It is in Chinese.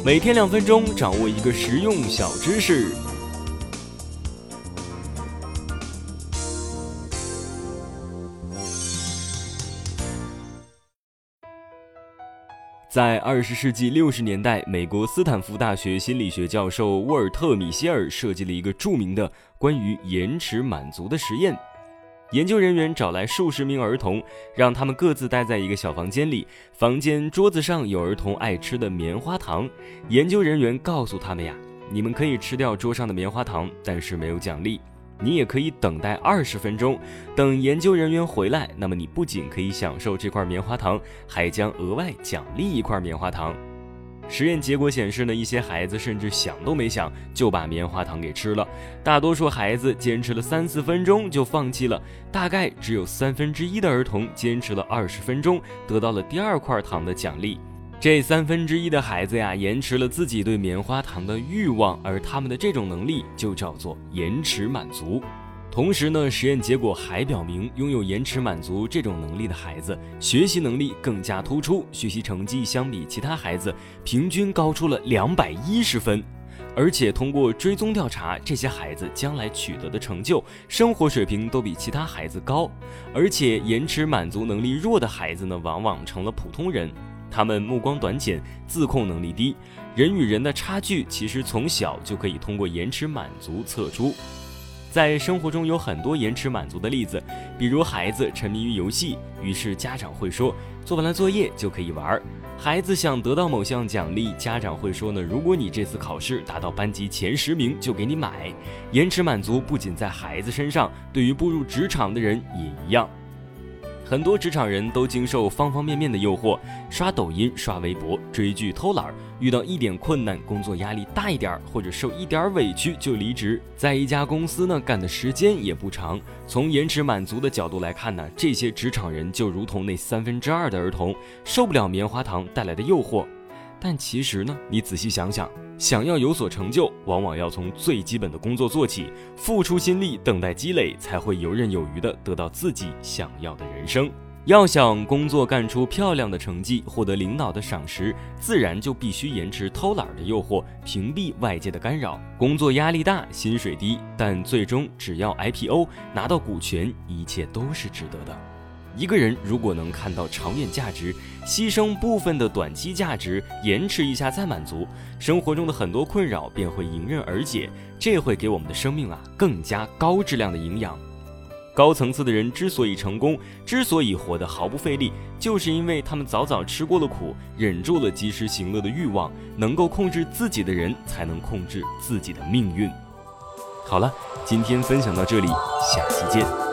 每天2分钟，掌握一个实用小知识。在20世纪60年代，美国斯坦福大学心理学教授沃尔特·米歇尔设计了一个著名的关于延迟满足的实验。研究人员找来数十名儿童，让他们各自待在一个小房间里，房间桌子上有儿童爱吃的棉花糖。研究人员告诉他们呀，你们可以吃掉桌上的棉花糖，但是没有奖励。你也可以等待20分钟，等研究人员回来，那么你不仅可以享受这块棉花糖，还将额外奖励1块棉花糖。实验结果显示呢，一些孩子甚至想都没想就把棉花糖给吃了，大多数孩子坚持了3-4分钟就放弃了，大概只有1/3的儿童坚持了20分钟，得到了第2块糖的奖励。这1/3的孩子呀，延迟了自己对棉花糖的欲望，而他们的这种能力就叫做延迟满足。同时呢，实验结果还表明，拥有延迟满足这种能力的孩子，学习能力更加突出，学习成绩相比其他孩子平均高出了210分。而且通过追踪调查，这些孩子将来取得的成就、生活水平都比其他孩子高。而且延迟满足能力弱的孩子呢，往往成了普通人。他们目光短浅，自控能力低，人与人的差距其实从小就可以通过延迟满足测出。在生活中有很多延迟满足的例子，比如孩子沉迷于游戏，于是家长会说做完了作业就可以玩；孩子想得到某项奖励，家长会说呢，如果你这次考试达到班级前10名就给你买。延迟满足不仅在孩子身上，对于步入职场的人也一样。很多职场人都经受方方面面的诱惑，刷抖音、刷微博、追剧、偷懒，遇到一点困难，工作压力大一点，或者受一点委屈就离职，在一家公司呢干的时间也不长。从延迟满足的角度来看呢，这些职场人就如同那2/3的儿童，受不了棉花糖带来的诱惑。但其实呢，你仔细想想，想要有所成就，往往要从最基本的工作做起，付出心力，等待积累，才会游刃有余地得到自己想要的人生。要想工作干出漂亮的成绩，获得领导的赏识，自然就必须延迟偷懒的诱惑，屏蔽外界的干扰。工作压力大，薪水低，但最终只要 IPO 拿到股权，一切都是值得的。一个人如果能看到长远价值，牺牲部分的短期价值，延迟一下再满足，生活中的很多困扰便会迎刃而解，这会给我们的生命更加高质量的营养。高层次的人之所以成功，之所以活得毫不费力，就是因为他们早早吃过了苦，忍住了及时行乐的欲望。能够控制自己的人，才能控制自己的命运。好了，今天分享到这里，下期见。